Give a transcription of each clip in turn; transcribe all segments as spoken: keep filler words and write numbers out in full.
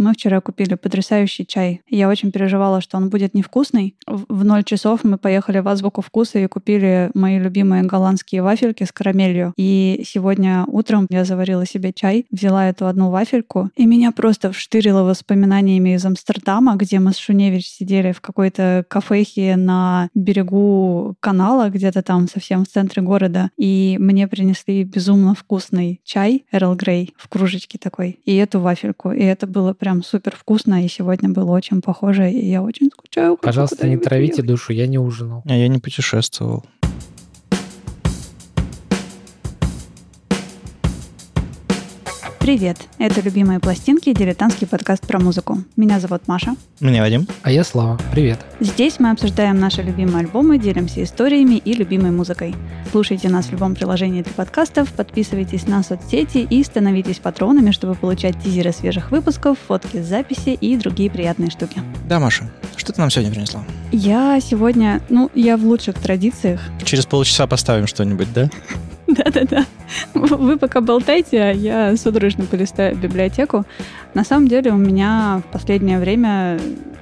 Мы вчера купили потрясающий чай. Я очень переживала, что он будет невкусный. В ноль часов мы поехали в Азбуку вкуса и купили мои любимые голландские вафельки с карамелью. И сегодня утром я заварила себе чай, взяла эту одну вафельку, и меня просто вштырило воспоминаниями из Амстердама, где мы с Шуневич сидели в какой-то кафехе на берегу канала, где-то там совсем в центре города. И мне принесли безумно вкусный чай Эрл Грей в кружечке такой, и эту вафельку. И это было прям супер вкусно, и сегодня было очень похоже, и я очень скучаю. Пожалуйста, не травите ехать. Душу, я не ужинал. А я не путешествовал. Привет! Это «Любимые пластинки» — дилетантский подкаст про музыку. Меня зовут Маша. Меня Вадим. А я Слава. Привет. Здесь мы обсуждаем наши любимые альбомы, делимся историями и любимой музыкой. Слушайте нас в любом приложении для подкастов, подписывайтесь на соцсети и становитесь патронами, чтобы получать тизеры свежих выпусков, фотки с записи и другие приятные штуки. Да, Маша, что ты нам сегодня принесла? Я сегодня... Ну, я в лучших традициях. Через полчаса поставим что-нибудь, да? Да-да-да. Вы пока болтайте, а я судорожно полистаю библиотеку. На самом деле у меня в последнее время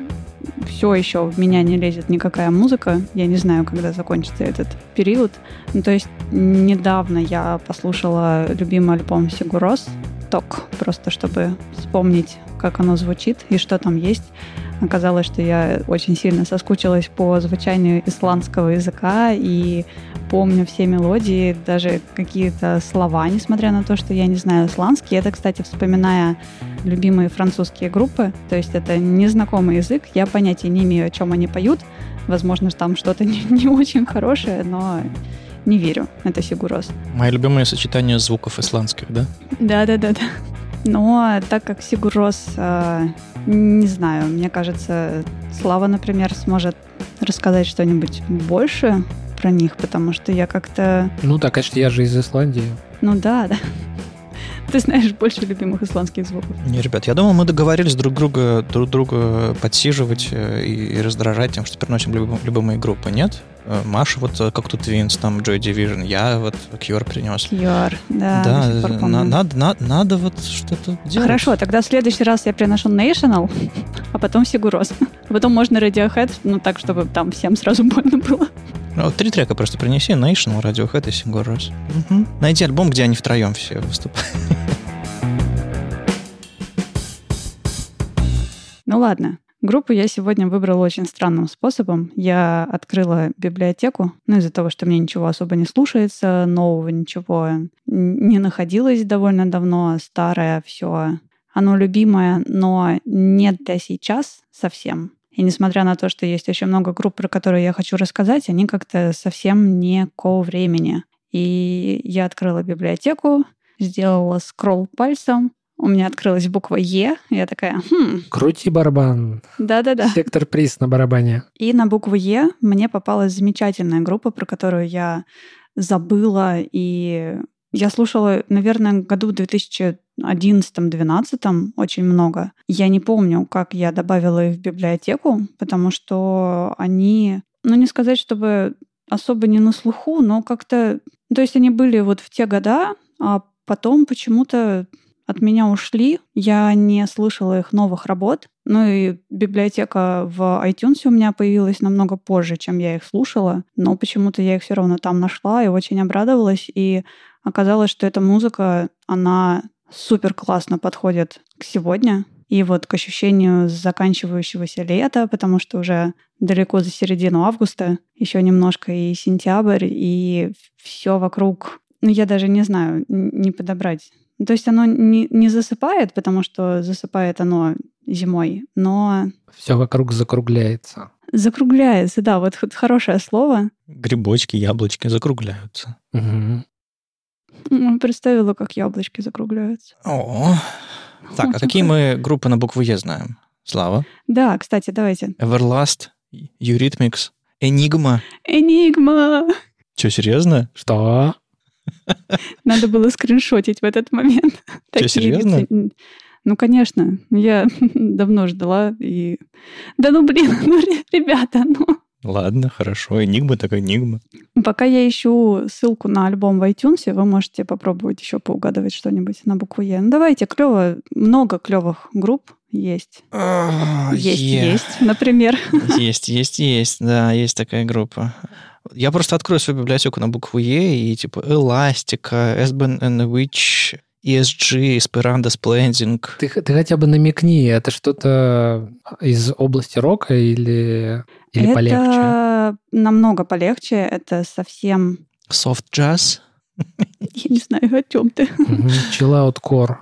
все еще в меня не лезет никакая музыка. Я не знаю, когда закончится этот период. Ну, то есть недавно я послушала любимый альбом Сигур Рос «Ток», просто чтобы вспомнить, как оно звучит и что там есть. Оказалось, что я очень сильно соскучилась по звучанию исландского языка и помню все мелодии, даже какие-то слова, несмотря на то, что я не знаю исландский. Это, кстати, вспоминая любимые французские группы, то есть это незнакомый язык, я понятия не имею, о чем они поют. Возможно, там что-то не, не очень хорошее, но не верю. Это Сигур Рос. Мои любимые сочетания звуков исландских, да? Да-да-да. Но так как Сигур Рос, э, не знаю, мне кажется, Слава, например, сможет рассказать что-нибудь больше про них, потому что я как-то... Ну да, конечно, я же из Исландии. Ну да, да. Ты знаешь больше любимых исландских звуков. Не, ребят, я думал, мы договорились друг друга, друг друга подсиживать и, и раздражать тем, что переносим любым, любимые группы. Нет? Маша вот как тут Twins, там Joy Division, я вот Cure принес. Cure, да. Да, на, надо, надо, надо вот что-то делать. Хорошо, тогда в следующий раз я приношу National, а потом Сигур Рос. А потом можно Radiohead, ну так, чтобы там всем сразу больно было. Ну, три трека просто принеси: National, Radiohead и Сигур Рос. Угу. Найди альбом, где они втроем все выступают. Ну ладно. Группу я сегодня выбрала очень странным способом. Я открыла библиотеку, ну, из-за того, что мне ничего особо не слушается, нового ничего не находилось довольно давно, старое все. Оно любимое, но не для сейчас совсем. И несмотря на то, что есть очень много групп, про которые я хочу рассказать, они как-то совсем не ко времени. И я открыла библиотеку, сделала скролл пальцем, у меня открылась буква «Е», и я такая, хм... Крути барабан. Да-да-да. Сектор приз на барабане. И на букву «Е» мне попалась замечательная группа, про которую я забыла, и я слушала, наверное, году в две тысячи одиннадцатом-двенадцатом очень много. Я не помню, как я добавила их в библиотеку, потому что они, ну, не сказать, чтобы особо не на слуху, но как-то... То есть они были вот в те года, а потом почему-то от меня ушли, я не слышала их новых работ. Ну и библиотека в iTunes у меня появилась намного позже, чем я их слушала, но почему-то я их все равно там нашла и очень обрадовалась. И оказалось, что эта музыка, она супер классно подходит к сегодня и вот к ощущению заканчивающегося лета, потому что уже далеко за середину августа, еще немножко и сентябрь, и все вокруг, ну я даже не знаю, не подобрать. То есть оно не, не засыпает, потому что засыпает оно зимой, но... Все вокруг закругляется. Закругляется, да, вот хорошее слово. Грибочки, яблочки закругляются. Угу. Представила, как яблочки закругляются. О, так, а какие мы группы на букву «Е» знаем? Слава? Да, кстати, давайте. Everlast, Eurythmics, Enigma. Enigma! Че, серьезно? Что? Надо было скриншотить в этот момент. Что, серьезно? Ну, конечно. Я давно ждала. И... Да ну, блин, ну, ребята, ну... Ладно, хорошо. Enigma так Enigma. Пока я ищу ссылку на альбом в iTunes, вы можете попробовать еще поугадывать что-нибудь на букву «Е». Ну, давайте, клево. Много клевых групп есть. А, Есть, е. есть, например. Есть, есть, есть, да, есть такая группа. Я просто открою свою библиотеку на букву Е и типа Эластика, Esben and Witch, и эс джи, Esperanto Splending. Ты, ты хотя бы намекни, это что-то из области рока или, или это полегче? намного полегче. Это совсем... Soft Jazz. Я не знаю, о чем ты. Chill Out Core.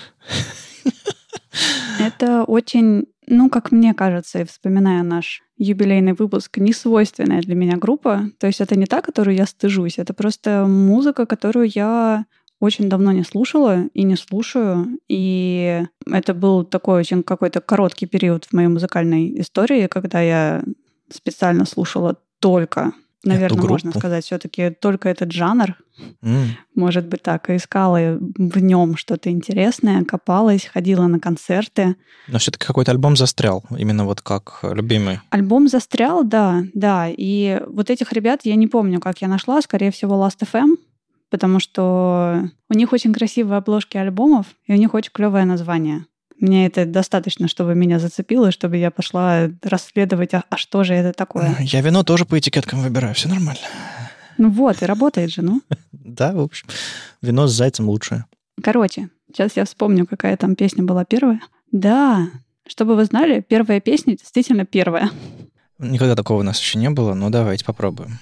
Это очень, ну, как мне кажется, и вспоминая наш юбилейный выпуск, несвойственная для меня группа. То есть это не та, которую я стыжусь. Это просто музыка, которую я очень давно не слушала и не слушаю. И это был такой очень какой-то короткий период в моей музыкальной истории, когда я специально слушала только, наверное, можно сказать, все-таки только этот жанр. Mm. Может быть так. И искала в нем что-то интересное, копалась, ходила на концерты. Но все-таки какой-то альбом застрял, именно вот как любимый. Альбом застрял, да, да. И вот этих ребят я не помню, как я нашла. Скорее всего, Last эф эм, потому что у них очень красивые обложки альбомов, и у них очень клевое название. Мне это достаточно, чтобы меня зацепило, чтобы я пошла расследовать, а, а что же это такое. Я вино тоже по этикеткам выбираю, все нормально. Ну вот, и работает же, ну. Да, в общем, вино с зайцем лучшее. Короче, сейчас я вспомню, какая там песня была первая. Да, чтобы вы знали, первая песня действительно первая. Никогда такого у нас еще не было, но давайте попробуем.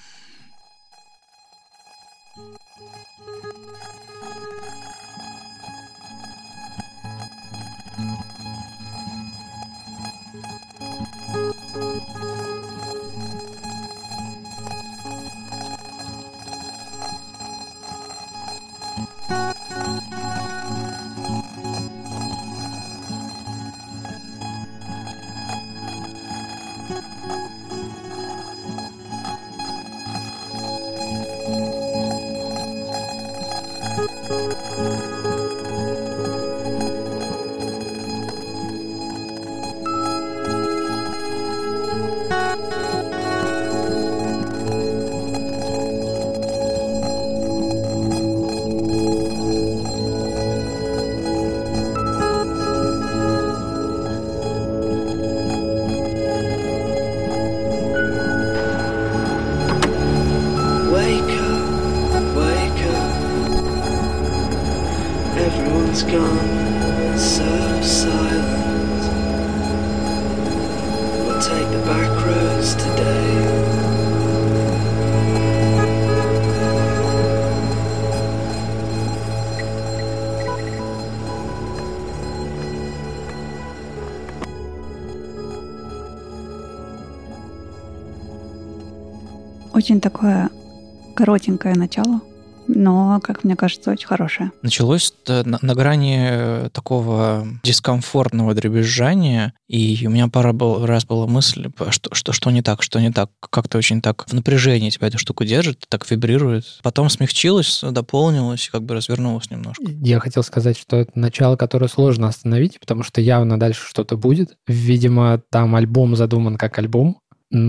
Очень такое коротенькое начало, но, как мне кажется, очень хорошее. Началось на, на грани такого дискомфортного дребезжания, и у меня пара был, раз была мысль, что, что, что не так, что не так, как-то очень так в напряжении тебя эта штука держит, так вибрирует. Потом смягчилось, дополнилось и как бы развернулось немножко. Я хотел сказать, что это начало, которое сложно остановить, потому что явно дальше что-то будет. Видимо, там альбом задуман как альбом,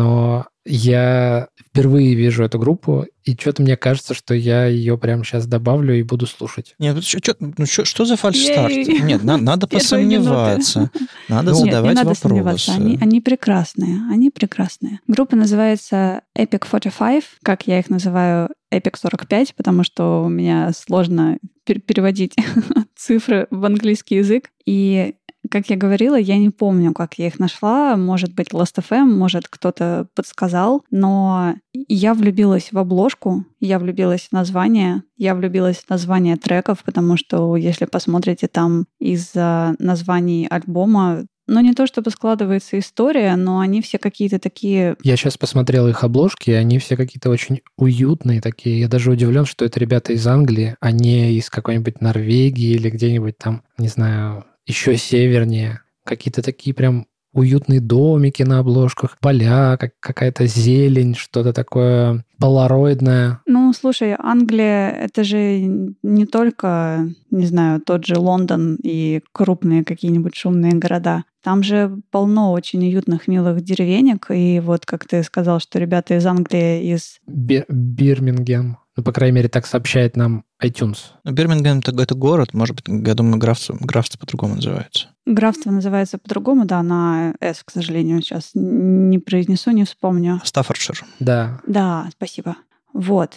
но я впервые вижу эту группу, и что-то мне кажется, что я ее прямо сейчас добавлю и буду слушать. Нет, что, ну, что, что за фальш-старт? Нет, на, надо посомневаться. Надо Нет, задавать не надо вопросы. Сомневаться. Они, они прекрасные, они прекрасные. Группа называется Epic сорок пять, как я их называю, Epic сорок пять, потому что у меня сложно переводить цифры в английский язык. И как я говорила, я не помню, как я их нашла. Может быть, Last эф эм, может, кто-то подсказал. Но я влюбилась в обложку, я влюбилась в название, я влюбилась в название треков, потому что, если посмотрите, там из-за названий альбома, ну, не то чтобы складывается история, но они все какие-то такие... Я сейчас посмотрел их обложки, и они все какие-то очень уютные такие. Я даже удивлен, что это ребята из Англии, а не из какой-нибудь Норвегии или где-нибудь там, не знаю... еще севернее. Какие-то такие прям уютные домики на обложках, поля, как какая-то зелень, что-то такое полароидное. Ну, слушай, Англия — это же не только, не знаю, тот же Лондон и крупные какие-нибудь шумные города. Там же полно очень уютных, милых деревенек. И вот, как ты сказал, что ребята из Англии, из... Бир- Бирмингем. Ну, по крайней мере, так сообщает нам iTunes. Ну, Бирмингем это, это город, может быть, я думаю, графство, графство по-другому называется. Графство называется по-другому, да, на «С», к сожалению, сейчас не произнесу, не вспомню. Стаффордшир. Да. Да, спасибо. Вот.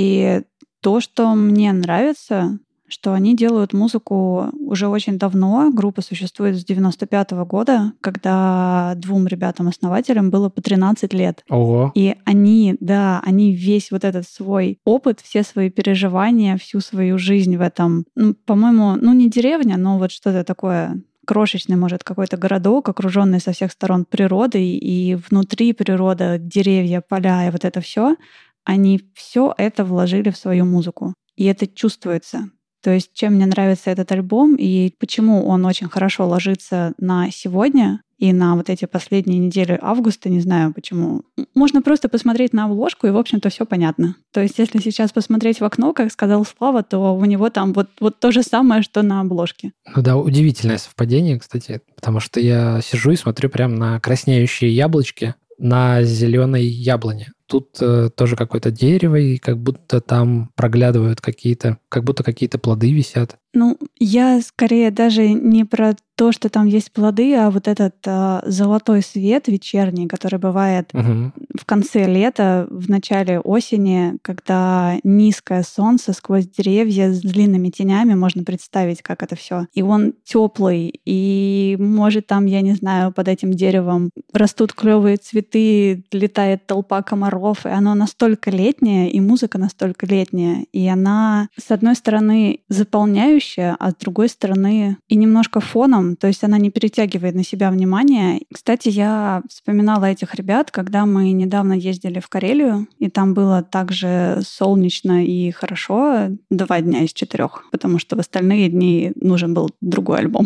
И то, что мне нравится, что они делают музыку уже очень давно. Группа существует с девяносто пятого года, когда двум ребятам-основателям было по тринадцать лет. Ого. И они, да, они весь вот этот свой опыт, все свои переживания, всю свою жизнь в этом, ну, по-моему, ну, не деревня, но вот что-то такое крошечный, может, какой-то городок, окруженный со всех сторон природой, и внутри природа, деревья, поля и вот это все, они все это вложили в свою музыку. И это чувствуется. То есть чем мне нравится этот альбом и почему он очень хорошо ложится на сегодня и на вот эти последние недели августа, не знаю почему. Можно просто посмотреть на обложку, и, в общем-то, все понятно. То есть если сейчас посмотреть в окно, как сказал Слава, то у него там вот, вот то же самое, что на обложке. Ну да, удивительное совпадение, кстати, потому что я сижу и смотрю прям на краснеющие яблочки на зеленой яблоне. Тут э, тоже какое-то дерево, и как будто там проглядывают какие-то, как будто какие-то плоды висят. Ну, я скорее даже не про то, что там есть плоды, а вот этот а, золотой свет вечерний, который бывает Угу. в конце лета, в начале осени, когда низкое солнце сквозь деревья с длинными тенями, можно представить, как это все. И он теплый, и может там, я не знаю, под этим деревом растут клевые цветы, летает толпа комаров, и оно настолько летнее, и музыка настолько летняя, и она, с одной стороны, заполняющая, а с другой стороны и немножко фоном, то есть она не перетягивает на себя внимание. Кстати, я вспоминала этих ребят, когда мы недавно ездили в Карелию, и там было также солнечно и хорошо два дня из четырех, потому что в остальные дни нужен был другой альбом.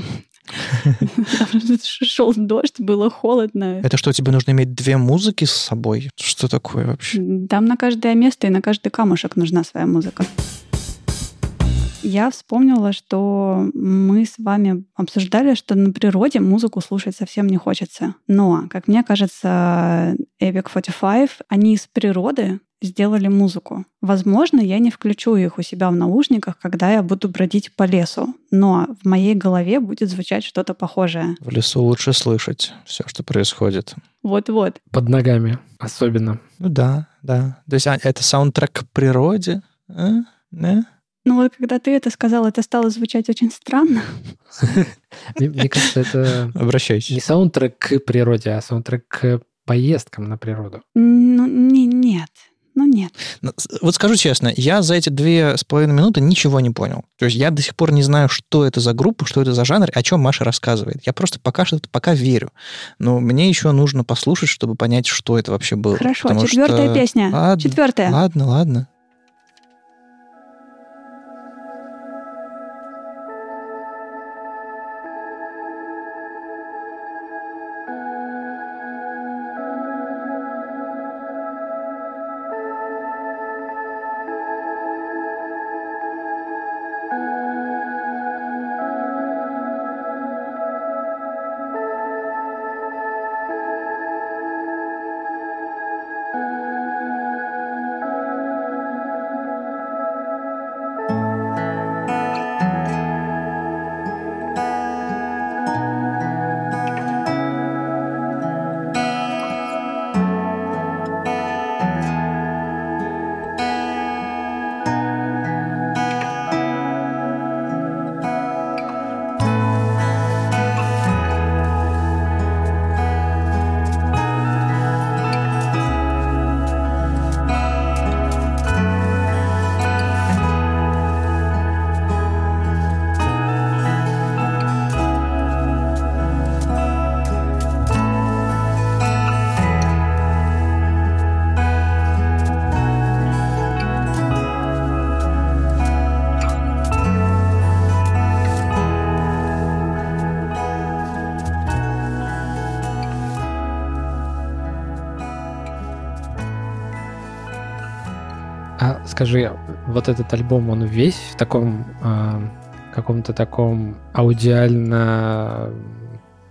Шел дождь, было холодно. Это что, тебе нужно иметь две музыки с собой? Что такое вообще? Там на каждое место и на каждый камушек нужна своя музыка. Я вспомнила, что мы с вами обсуждали, что на природе музыку слушать совсем не хочется. Но, как мне кажется, Epic сорок пять, они из природы сделали музыку. Возможно, я не включу их у себя в наушниках, когда я буду бродить по лесу, но в моей голове будет звучать что-то похожее. В лесу лучше слышать все, что происходит. Вот-вот. Под ногами особенно. Ну да, да. То есть а, это саундтрек к природе? А? Да? Ну вот когда ты это сказал, это стало звучать очень странно. Мне, мне кажется, это Обращайся. не саундтрек к природе, а саундтрек к поездкам на природу. Ну, не, нет. Ну, нет. Вот скажу честно, я за эти две с половиной минуты ничего не понял. То есть я до сих пор не знаю, что это за группа, что это за жанр, о чем Маша рассказывает. Я просто пока что пока верю. Но мне еще нужно послушать, чтобы понять, что это вообще было. Хорошо, Потому четвертая что... песня. Ладно, Четвертая. Ладно, ладно. А скажи, вот этот альбом, он весь в таком э, каком-то таком аудиально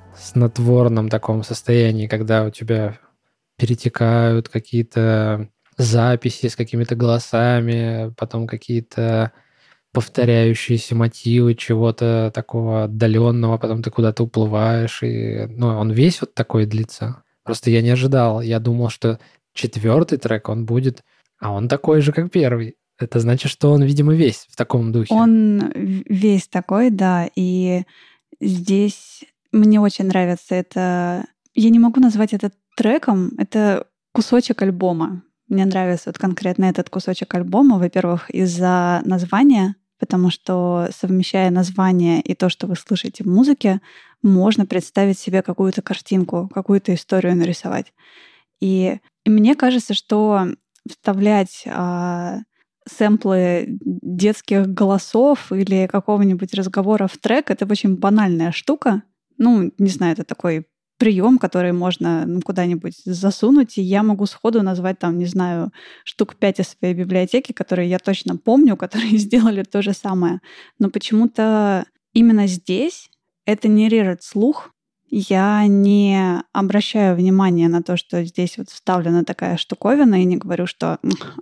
снотворном таком состоянии, когда у тебя перетекают какие-то записи с какими-то голосами, потом какие-то повторяющиеся мотивы чего-то такого отдаленного, потом ты куда-то уплываешь, и ну, он весь вот такой длится. Просто я не ожидал. Я думал, что четвертый трек, он будет... А он такой же, как первый. Это значит, что он, видимо, весь в таком духе. Он весь такой, да. И здесь мне очень нравится это... Я не могу назвать это треком. Это кусочек альбома. Мне нравится вот конкретно этот кусочек альбома. Во-первых, из-за названия, потому что, совмещая название и то, что вы слышите в музыке, можно представить себе какую-то картинку, какую-то историю нарисовать. И, и мне кажется, что вставлять а, сэмплы детских голосов или какого-нибудь разговора в трек — это очень банальная штука. Ну, не знаю, это такой прием, который можно ну, куда-нибудь засунуть, и я могу сходу назвать там, не знаю, штук пять из своей библиотеки, которые я точно помню, которые сделали то же самое. Но почему-то именно здесь это не режет слух. Я не обращаю внимания на то, что здесь вот вставлена такая штуковина, и не говорю, что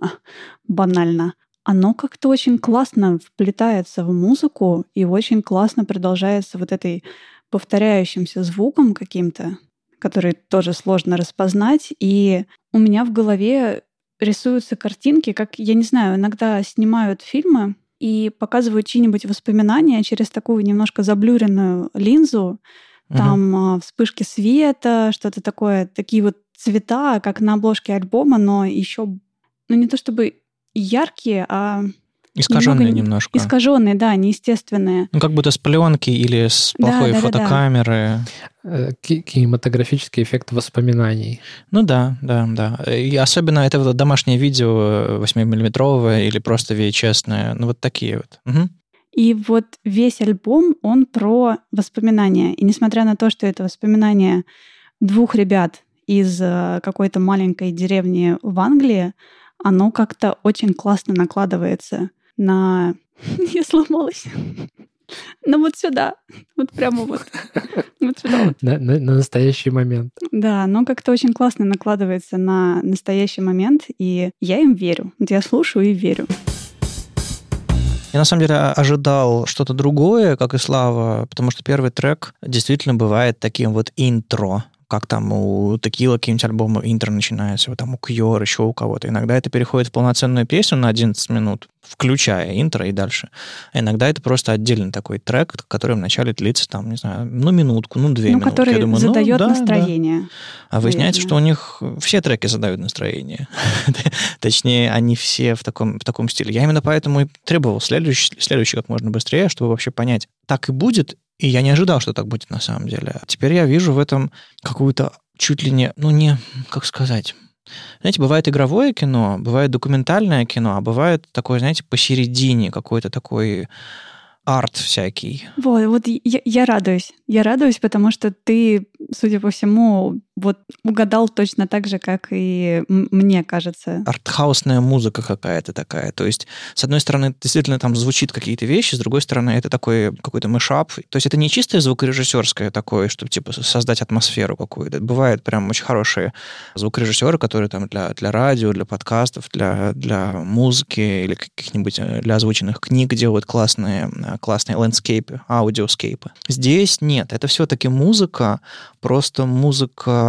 банально. Оно как-то очень классно вплетается в музыку и очень классно продолжается вот этой повторяющимся звуком каким-то, который тоже сложно распознать. И у меня в голове рисуются картинки, как, я не знаю, иногда снимают фильмы и показывают чьи-нибудь воспоминания через такую немножко заблюренную линзу. Там uh-huh. вспышки света, что-то такое, такие вот цвета, как на обложке альбома, но еще, ну не то чтобы яркие, а искаженные немножко. Искаженные, да, неестественные. Ну, как будто с пленки или с плохой да, да, фотокамеры. Да, да. Кинематографический эффект воспоминаний. Ну да, да, да. И особенно это вот домашнее видео восьмимиллиметровое или просто ви эйч эс-ное. Ну, вот такие вот. Угу. И вот весь альбом, он про воспоминания. И несмотря на то, что это воспоминания двух ребят из какой-то маленькой деревни в Англии, оно как-то очень классно накладывается на... Я сломалась. Ну вот сюда. Вот прямо вот. Вот сюда вот. На, на, на настоящий момент. Да, оно как-то очень классно накладывается на настоящий момент, и я им верю. Вот я слушаю и верю. Я, на самом деле, ожидал что-то другое, как и Слава, потому что первый трек действительно бывает таким вот интро, как там у Текила какие-нибудь альбомы интро начинается, вот там у Кьор, еще у кого-то. Иногда это переходит в полноценную песню на одиннадцать минут, включая интро и дальше. А иногда это просто отдельный такой трек, который вначале длится там, не знаю, ну, минутку, ну, две ну, минутки. Который Я думаю, задает ну, да, настроение. Да. А выясняется, что у них все треки задают настроение. Точнее, они все в таком, в таком стиле. Я именно поэтому и требовал следующий, следующий как можно быстрее, чтобы вообще понять, так и будет. И я не ожидал, что так будет на самом деле. Теперь я вижу в этом какую-то чуть ли не, ну не, как сказать... Знаете, бывает игровое кино, бывает документальное кино, а бывает такое, знаете, посередине какой-то такой арт всякий. Вот, вот я, я радуюсь. Я радуюсь, потому что ты, судя по всему, вот угадал точно так же, как и мне кажется. Артхаусная музыка какая-то такая. То есть, с одной стороны, действительно там звучит какие-то вещи, с другой стороны, это такой какой-то мешап. То есть, это не чистое звукорежиссерское такое, чтобы типа создать атмосферу какую-то. Бывают прям очень хорошие звукорежиссеры, которые там для, для радио, для подкастов, для, для музыки или каких-нибудь для озвученных книг делают классные, классные ландскейпы, аудиоскейпы. Здесь нет. Это все-таки музыка, просто музыка.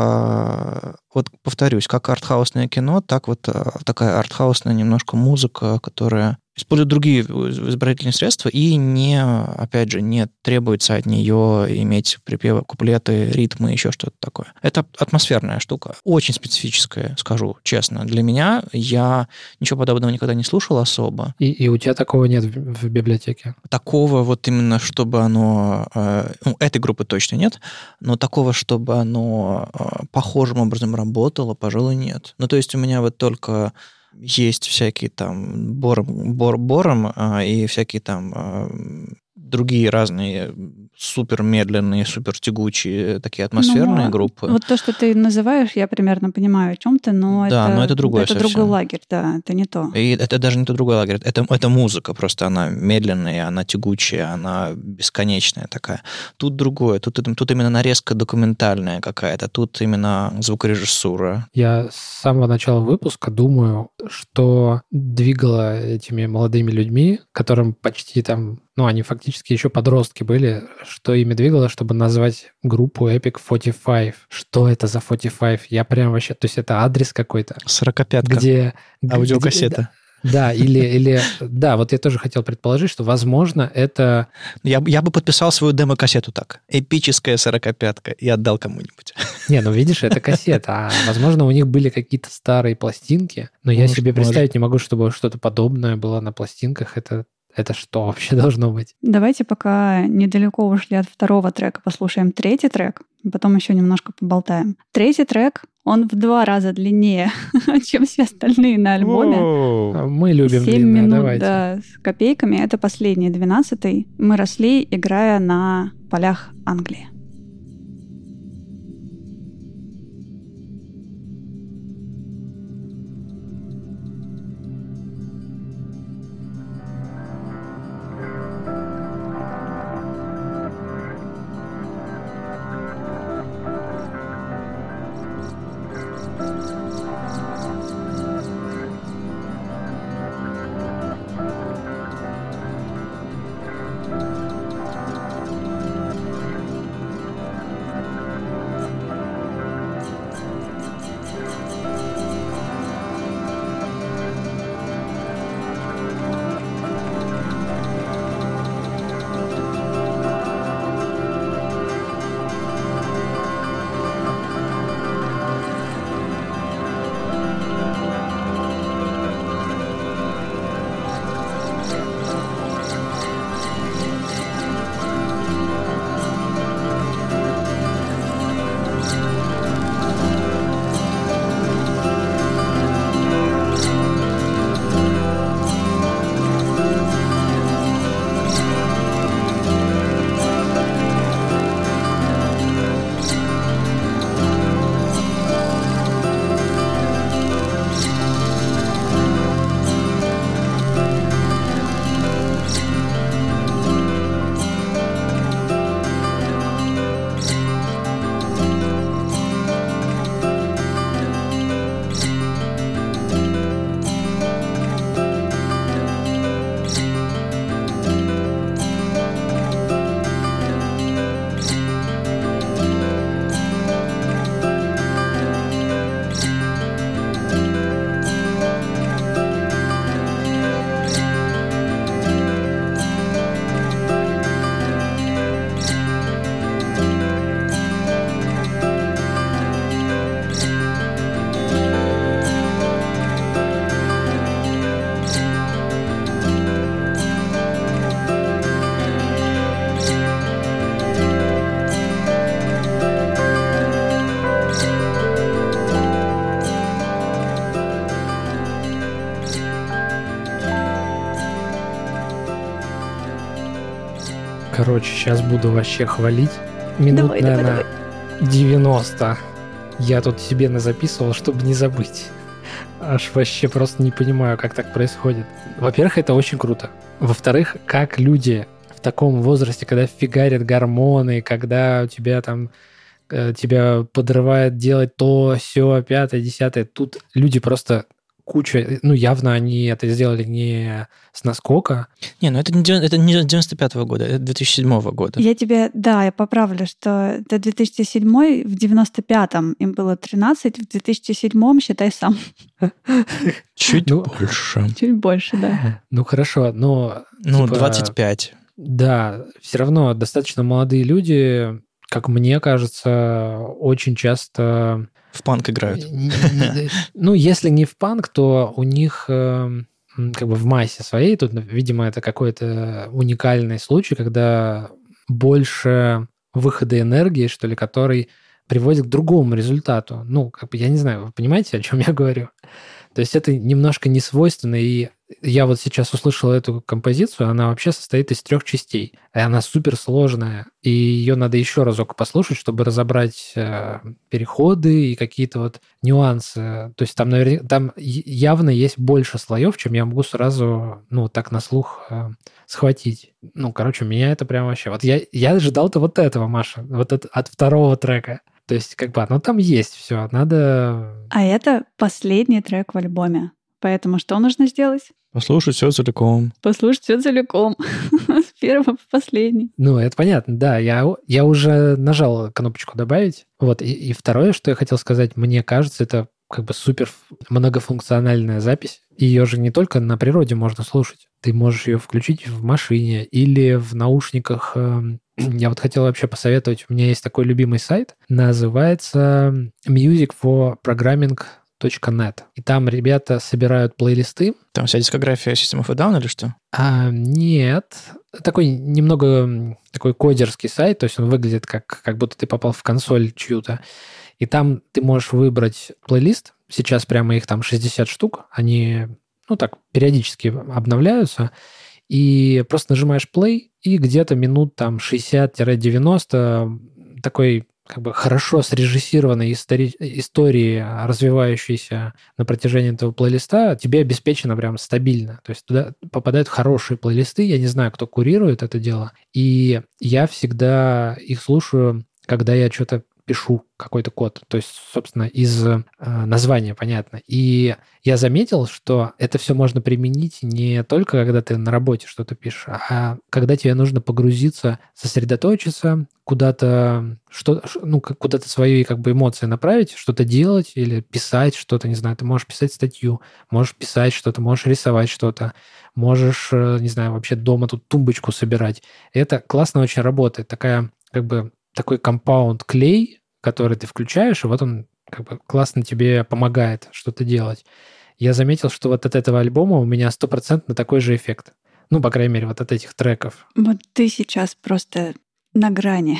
Вот повторюсь, как артхаусное кино, так вот такая артхаусная немножко музыка, которая использует другие изобразительные средства и не, опять же, не требуется от нее иметь припевы, куплеты, ритмы, еще что-то такое. Это атмосферная штука, очень специфическая, скажу честно. Для меня я ничего подобного никогда не слушал особо. И, и у тебя такого нет в, в библиотеке? Такого вот именно, чтобы оно... Ну, этой группы точно нет, но такого, чтобы оно похожим образом работало, пожалуй, нет. Ну, то есть у меня вот только... Есть всякие там бором, бор, бором а, и всякие там а, другие разные супер медленные, супер тягучие, такие атмосферные ну, группы. Вот то, что ты называешь, я примерно понимаю, о чем ты, но да, это, но это другое это другой лагерь, да, это не то. И это даже не то другой лагерь, это, это музыка, просто она медленная, она тягучая, она бесконечная такая. Тут другое, тут, тут именно нарезка документальная какая-то, тут именно звукорежиссура. Я с самого начала выпуска думаю, что двигало этими молодыми людьми, которым почти там, ну, они фактически еще подростки были, что ими двигало, чтобы назвать группу Epic сорок пять. Что это за сорок пять? Я прям вообще... То есть это адрес какой-то? сорокопятка. Где... Аудиокассета. Да, или, или... Да, вот я тоже хотел предположить, что, возможно, это... Я, я бы подписал свою демо-кассету так. Эпическая сорокопятка. И отдал кому-нибудь. Не, ну видишь, это кассета. А, возможно, у них были какие-то старые пластинки, но я Может, себе представить может. не могу, чтобы что-то подобное было на пластинках. Это, это что вообще должно быть? Давайте пока недалеко ушли от второго трека, послушаем третий трек, потом еще немножко поболтаем. Третий трек, он в два раза длиннее, чем все остальные на альбоме. Воу. Мы любим Семь длинное, минут, давайте. да, с копейками. Это последний, двенадцатый. Мы росли, играя на полях Англии. Короче, сейчас буду вообще хвалить. Минут, Давай, давай, наверное, девяносто. Я тут себе назаписывал, чтобы не забыть. Аж вообще просто не понимаю, как так происходит. Во-первых, это очень круто. Во-вторых, как люди в таком возрасте, когда фигарят гормоны, когда у тебя там э, тебя подрывает делать то, сё, пятое, десятое. Тут люди просто куча... Ну, явно они это сделали не с наскока. Не, ну это не, дев- это не девяносто пятого года, это две тысячи седьмого года. Я тебе, да, я поправлю, что это две тысячи седьмой, в девяносто пятом им было тринадцать, в две тысячи седьмом, считай сам. Чуть Ну, больше. Чуть больше, да. Ну, хорошо, но... Ну, типа, двадцать пять. Да, все равно достаточно молодые люди, как мне кажется, очень часто... В панк играют. Ну, если не в панк, то у них э, как бы в массе своей, тут, видимо, это какой-то уникальный случай, когда больше выхода энергии, что ли, который приводит к другому результату. Ну, как бы я не знаю, вы понимаете, о чем я говорю? То есть это немножко не свойственно, и я вот сейчас услышал эту композицию, она вообще состоит из трех частей, и она суперсложная, и ее надо еще разок послушать, чтобы разобрать э, переходы и какие-то вот нюансы. То есть там, наверное, там явно есть больше слоев, чем я могу сразу, ну, так на слух э, схватить. Ну, короче, меня это прям вообще... Вот я, я ожидал-то вот этого, Маша, вот это, от второго трека. То есть как бы, ну, там есть все, надо... А это последний трек в альбоме. Поэтому что нужно сделать? Послушать все целиком. Послушать все целиком. С первого по последний. Ну, это понятно, да. Я, я уже нажал кнопочку «Добавить». Вот. И, и второе, что я хотел сказать, мне кажется, это как бы супер многофункциональная запись. Ее же не только на природе можно слушать. Ты можешь ее включить в машине или в наушниках. Я вот хотел вообще посоветовать. У меня есть такой любимый сайт. Называется music for programming точка нет. И там ребята собирают плейлисты. Там вся дискография System of a Down или что? А, нет. Такой немного такой кодерский сайт, то есть он выглядит как, как будто ты попал в консоль чью-то. И там ты можешь выбрать плейлист. Сейчас прямо их там шестьдесят штук. Они, ну так, периодически обновляются. И просто нажимаешь play, и где-то минут там шестьдесят-девяносто такой как бы хорошо срежиссированной истори- истории, развивающейся на протяжении этого плейлиста, тебе обеспечено прям стабильно. То есть туда попадают хорошие плейлисты, я не знаю, кто курирует это дело, и я всегда их слушаю, когда я что-то пишу, какой-то код, то есть, собственно, из э, названия, понятно. И я заметил, что это все можно применить не только, когда ты на работе что-то пишешь, а когда тебе нужно погрузиться, сосредоточиться, куда-то, что, ну, куда-то свои как бы эмоции направить, что-то делать или писать что-то, не знаю, ты можешь писать статью, можешь писать что-то, можешь рисовать что-то, можешь, не знаю, вообще дома тут тумбочку собирать. И это классно очень работает, такая как бы такой компаунд-клей, который ты включаешь, и вот он как бы классно тебе помогает что-то делать. Я заметил, что вот от этого альбома у меня стопроцентно такой же эффект. Ну, по крайней мере, вот от этих треков. Вот ты сейчас просто на грани.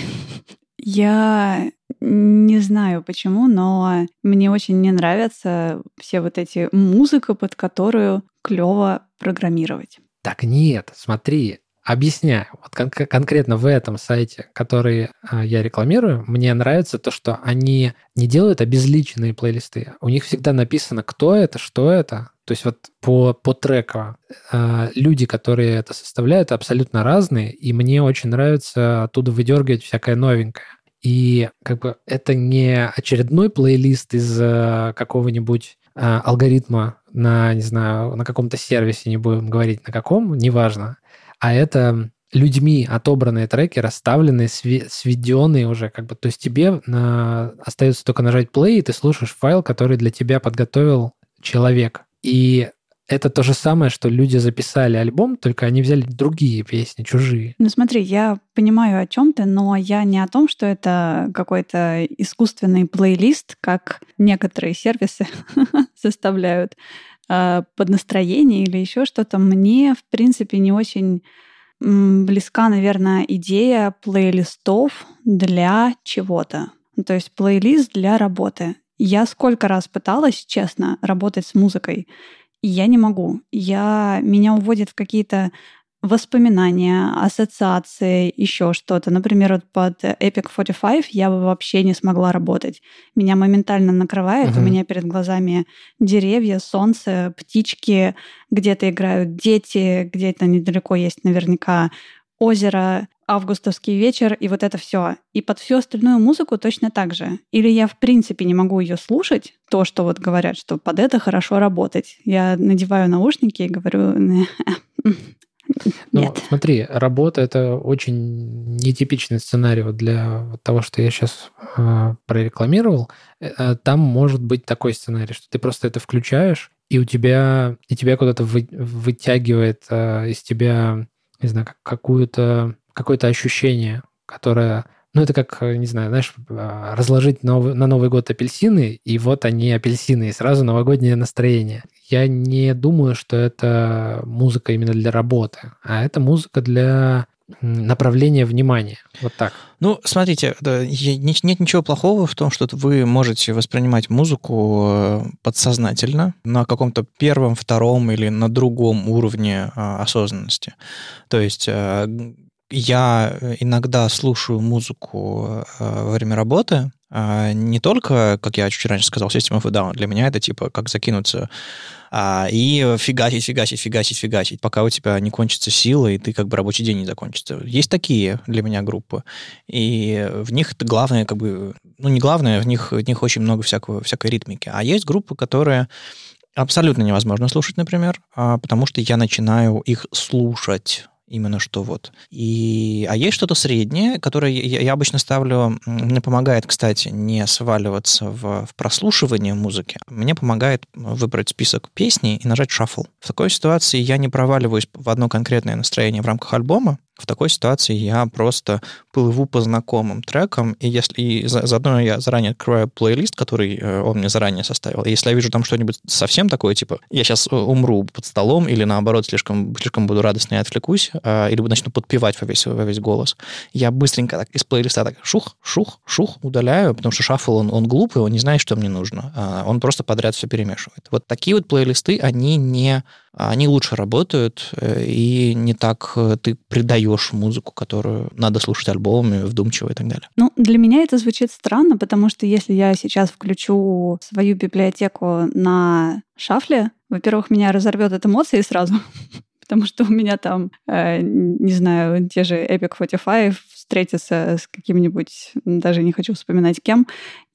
Я не знаю почему, но мне очень не нравятся все вот эти музыка, под которую клево программировать. Так нет, смотри. Объясняю. Вот кон- конкретно в этом сайте, который э, я рекламирую, мне нравится то, что они не делают обезличенные плейлисты. У них всегда написано, кто это, что это. То есть вот по, по треку э, люди, которые это составляют, абсолютно разные, и мне очень нравится оттуда выдергивать всякое новенькое. И как бы это не очередной плейлист из э, какого-нибудь э, алгоритма на, не знаю, на каком-то сервисе, не будем говорить на каком, неважно. А это людьми отобранные треки, расставленные, сведенные уже, как бы, то есть тебе на... остается только нажать play, и ты слушаешь файл, который для тебя подготовил человек. И это то же самое, что люди записали альбом, только они взяли другие песни, чужие. Ну смотри, я понимаю, о чем ты, но я не о том, что это какой-то искусственный плейлист, как некоторые сервисы составляют под настроение или еще что-то. Мне, в принципе, не очень близка, наверное, идея плейлистов для чего-то. То есть плейлист для работы. Я сколько раз пыталась, честно, работать с музыкой, и я не могу. Я, меня уводит в какие-то воспоминания, ассоциации, еще что-то. Например, вот под Epic сорок пять я бы вообще не смогла работать. Меня моментально накрывает, uh-huh. у меня перед глазами деревья, солнце, птички, где-то играют дети, где-то недалеко есть наверняка озеро, августовский вечер, и вот это все. И под всю остальную музыку точно так же. Или я в принципе не могу ее слушать, то, что вот говорят, что под это хорошо работать. Я надеваю наушники и говорю... Ну, Нет. Смотри, работа — это очень нетипичный сценарий вот для того, что я сейчас э, прорекламировал. Э, там может быть такой сценарий, что ты просто это включаешь, и у тебя, и тебя куда-то вы, вытягивает э, из тебя, не знаю, какую-то, какое-то ощущение, которое... Ну, это как, не знаю, знаешь, разложить новый, на Новый год апельсины, и вот они апельсины, и сразу новогоднее настроение. Я не думаю, что это музыка именно для работы, а это музыка для направление внимания. Вот так. Ну, смотрите, нет ничего плохого в том, что вы можете воспринимать музыку подсознательно на каком-то первом, втором или на другом уровне осознанности. То есть я иногда слушаю музыку во время работы, не только, как я чуть раньше сказал, System of a Down. Для меня это типа как закинуться и фигачить, фигачить, фигачить, фигачить, пока у тебя не кончится сила, и ты как бы рабочий день не закончится. Есть такие для меня группы, и в них это главное, как бы, ну не главное, в них, в них очень много всякого, всякой ритмики. А есть группы, которые абсолютно невозможно слушать, например, потому что я начинаю их слушать. Именно что вот. И, а есть что-то среднее, которое я, я обычно ставлю, мне помогает, кстати, не сваливаться в, в прослушивание музыки. Мне помогает выбрать список песней и нажать шаффл. В такой ситуации я не проваливаюсь в одно конкретное настроение в рамках альбома. В такой ситуации я просто плыву по знакомым трекам, и если и за, заодно я заранее открываю плейлист, который э, он мне заранее составил. И если я вижу там что-нибудь совсем такое, типа я сейчас умру под столом, или наоборот слишком, слишком буду радостно и отвлекусь, э, или начну подпевать во весь, во весь голос, я быстренько так из плейлиста так шух, шух, шух удаляю, потому что шаффл, он, он глупый, он не знает, что мне нужно. Э, он просто подряд все перемешивает. Вот такие вот плейлисты, они не... они лучше работают, и не так ты придаешь музыку, которую надо слушать альбомами, вдумчиво и так далее. Ну, для меня это звучит странно, потому что если я сейчас включу свою библиотеку на шафле, во-первых, меня разорвет от эмоций сразу, потому что у меня там, э, не знаю, те же Epic сорок пять встретятся с каким-нибудь, даже не хочу вспоминать кем.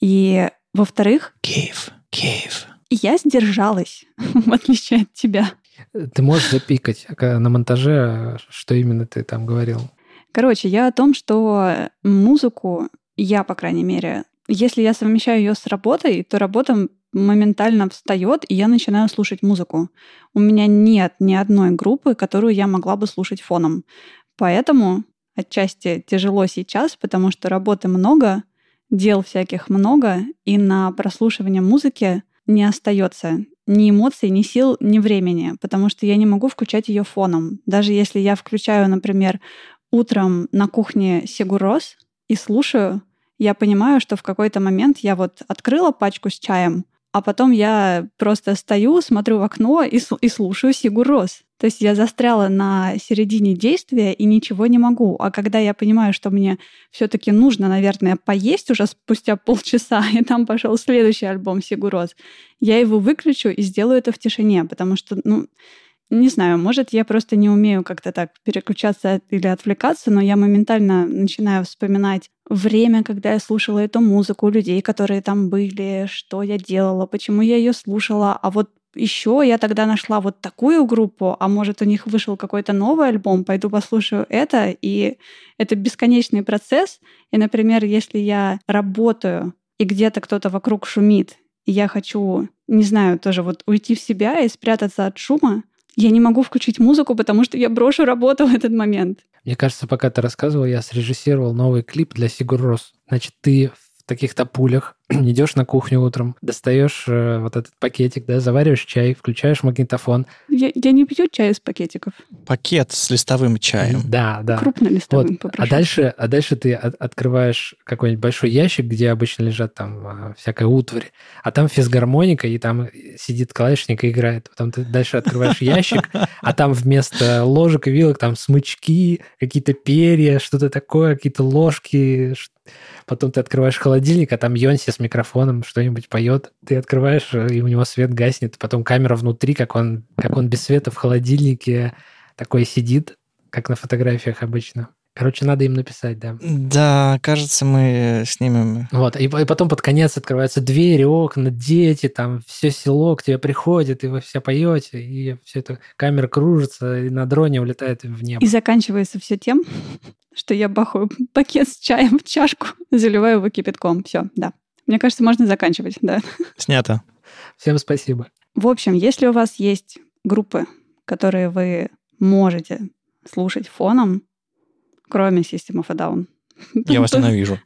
И, во-вторых... Киев, Киев. Я сдержалась, в отличие от тебя. Ты можешь запикать на монтаже, что именно ты там говорил? Короче, я о том, что музыку, я, по крайней мере, если я совмещаю ее с работой, то работа моментально встает, и я начинаю слушать музыку. У меня нет ни одной группы, которую я могла бы слушать фоном. Поэтому отчасти тяжело сейчас, потому что работы много, дел всяких много, и на прослушивание музыки не остается ни эмоций, ни сил, ни времени, потому что я не могу включать ее фоном. Даже если я включаю, например, утром на кухне Sigur Rós и слушаю, я понимаю, что в какой-то момент я вот открыла пачку с чаем, а потом я просто стою, смотрю в окно и, и слушаю Sigur Rós. То есть я застряла на середине действия и ничего не могу. А когда я понимаю, что мне все-таки нужно, наверное, поесть уже спустя полчаса, и там пошел следующий альбом Sigur Rós, я его выключу и сделаю это в тишине, потому что, ну, не знаю, может, я просто не умею как-то так переключаться или отвлекаться, но я моментально начинаю вспоминать время, когда я слушала эту музыку, людей, которые там были, что я делала, почему я ее слушала. А вот еще я тогда нашла вот такую группу, а может, у них вышел какой-то новый альбом, пойду послушаю это. И это бесконечный процесс. И, например, если я работаю, и где-то кто-то вокруг шумит, и я хочу, не знаю, тоже вот уйти в себя и спрятаться от шума, я не могу включить музыку, потому что я брошу работу в этот момент. Мне кажется, пока ты рассказывал, я срежиссировал новый клип для Sigur Rós. Значит, ты в таких-то пулях идешь на кухню утром, достаешь э, вот этот пакетик, да, завариваешь чай, включаешь магнитофон. Я, я не пью чай из пакетиков. Пакет с листовым чаем. Да, да. Крупнолистовым, вот. попрошу. А дальше, а дальше ты от, открываешь какой-нибудь большой ящик, где обычно лежат там всякая утварь, а там физгармоника, и там сидит клавишник и играет. Потом ты дальше открываешь ящик, а там вместо ложек и вилок там смычки, какие-то перья, что-то такое, какие-то ложки. Потом ты открываешь холодильник, а там Йонси с микрофоном что-нибудь поет. Ты открываешь, и у него свет гаснет. Потом камера внутри, как он, как он без света в холодильнике такой сидит, как на фотографиях обычно. Короче, надо им написать, да. Да, кажется, мы снимем. Вот, и, и потом под конец открываются двери, окна, дети, там все село к тебе приходит, и вы все поете, и все это, камера кружится, и на дроне улетает в небо. И заканчивается все тем, что я бахаю пакет с чаем в чашку, заливаю его кипятком. Все, да. Мне кажется, можно заканчивать, да. Снято. Всем спасибо. В общем, если у вас есть группы, которые вы можете слушать фоном, кроме System of a Down. Я вас ненавижу.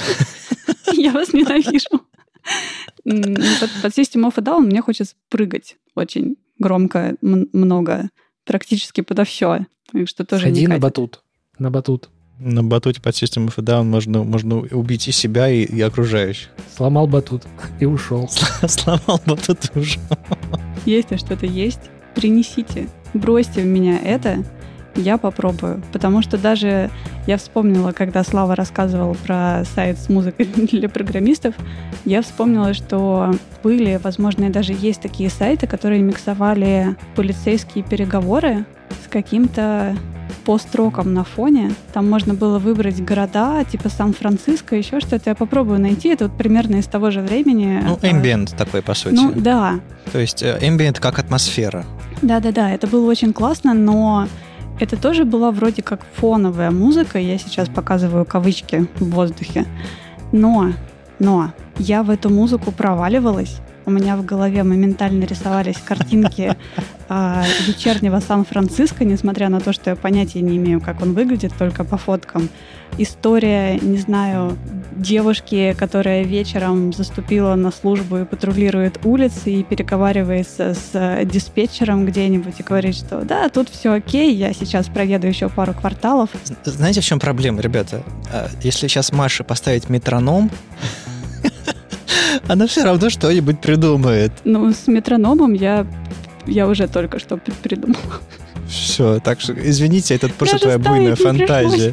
Я вас ненавижу. Под System of a Down мне хочется прыгать очень громко, много, практически подо все. Сходи на батут. на батут. На батуте под System of a Down можно, можно убить и себя, и, и окружающих. Сломал батут и ушел. Сломал батут и ушел. Если что-то есть, принесите. Бросьте в меня это, я попробую. Потому что даже я вспомнила, когда Слава рассказывал про сайт с музыкой для программистов, я вспомнила, что были, возможно, и даже есть такие сайты, которые миксовали полицейские переговоры с каким-то пост-роком на фоне. Там можно было выбрать города, типа Сан-Франциско, еще что-то. Я попробую найти. Это вот примерно из того же времени. Ну, ambient такой, по сути. Ну, да. То есть ambient как атмосфера. Да-да-да, это было очень классно, но это тоже была вроде как фоновая музыка. Я сейчас показываю кавычки в воздухе. Но, но я в эту музыку проваливалась. У меня в голове моментально рисовались картинки э, вечернего Сан-Франциско, несмотря на то, что я понятия не имею, как он выглядит, только по фоткам. История, не знаю, девушки, которая вечером заступила на службу и патрулирует улицы и переговаривается с диспетчером где-нибудь и говорит, что да, тут все окей, я сейчас проеду еще пару кварталов. Знаете, в чем проблема, ребята? Если сейчас Маше поставить метроном, она все равно что-нибудь придумает. Ну, с метрономом я, я уже только что придумала. Все, так что, извините, это просто твоя буйная фантазия.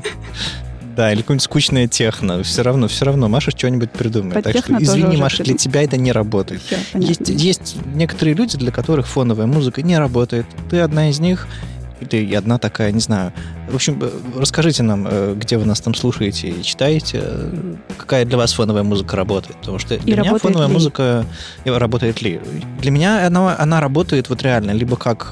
Да, или какое-нибудь скучное техно. Все равно, все равно Маша что-нибудь придумает. Под так что, извини, Маша, для тебя это не работает. Все, есть, есть некоторые люди, для которых фоновая музыка не работает. Ты одна из них, или одна такая, не знаю. В общем, расскажите нам, где вы нас там слушаете и читаете, какая для вас фоновая музыка работает. Потому что для и меня фоновая ли? музыка работает ли? Для меня она, она работает вот реально, либо как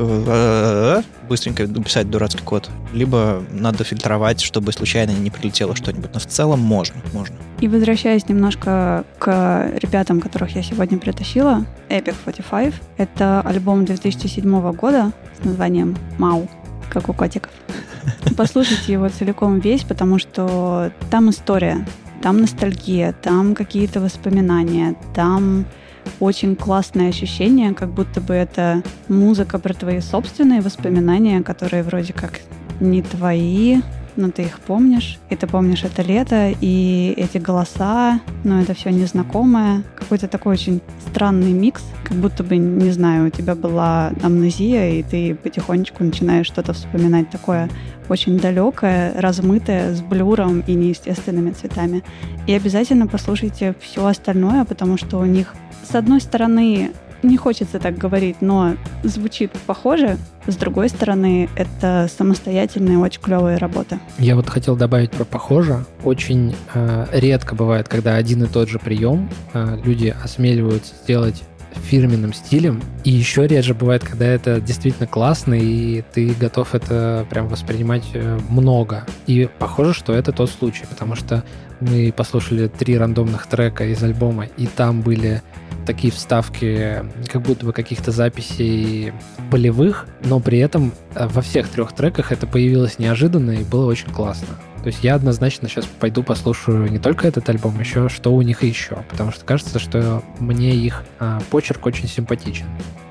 быстренько написать дурацкий код, либо надо фильтровать, чтобы случайно не прилетело что-нибудь. Но в целом можно, можно. И возвращаясь немножко к ребятам, которых я сегодня притащила, Epic сорок пять — это альбом две тысячи седьмого года с названием «Мау», как у котиков. Послушайте его целиком весь, потому что там история, там ностальгия, там какие-то воспоминания, там очень классное ощущение, как будто бы это музыка про твои собственные воспоминания, которые вроде как не твои, но ты их помнишь, и ты помнишь это лето, и эти голоса, но это все незнакомое. Какой-то такой очень странный микс, как будто бы, не знаю, у тебя была амнезия, и ты потихонечку начинаешь что-то вспоминать такое очень далекое, размытое, с блюром и неестественными цветами. И обязательно послушайте все остальное, потому что у них, с одной стороны, не хочется так говорить, но звучит похоже. С другой стороны, это самостоятельная, очень клевая работа. Я вот хотел добавить про похоже. Очень э, редко бывает, когда один и тот же прием э, люди осмеливаются сделать фирменным стилем. И еще реже бывает, когда это действительно классно, и ты готов это прям воспринимать много. И похоже, что это тот случай, потому что мы послушали три рандомных трека из альбома, и там были такие вставки, как будто бы каких-то записей полевых, но при этом во всех трех треках это появилось неожиданно и было очень классно. То есть я однозначно сейчас пойду послушаю не только этот альбом, еще что у них еще, потому что кажется, что мне их а, почерк очень симпатичен.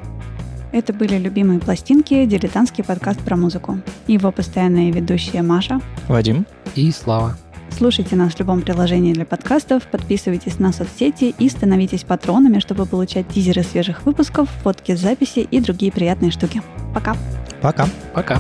Это были «Любимые пластинки», дилетантский подкаст про музыку. Его постоянные ведущие Маша, Вадим и Слава. Слушайте нас в любом приложении для подкастов, подписывайтесь на соцсети и становитесь патронами, чтобы получать тизеры свежих выпусков, фотки с записи и другие приятные штуки. Пока. Пока. Пока.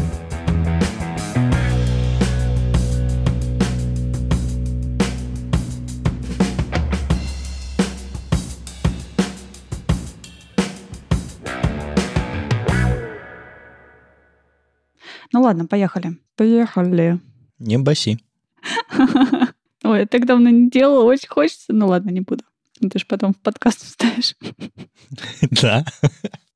Ну ладно, поехали. Поехали. Не баси. Ой, я так давно не делала, очень хочется. Ну ладно, не буду. Ты же потом в подкаст вставишь. Да.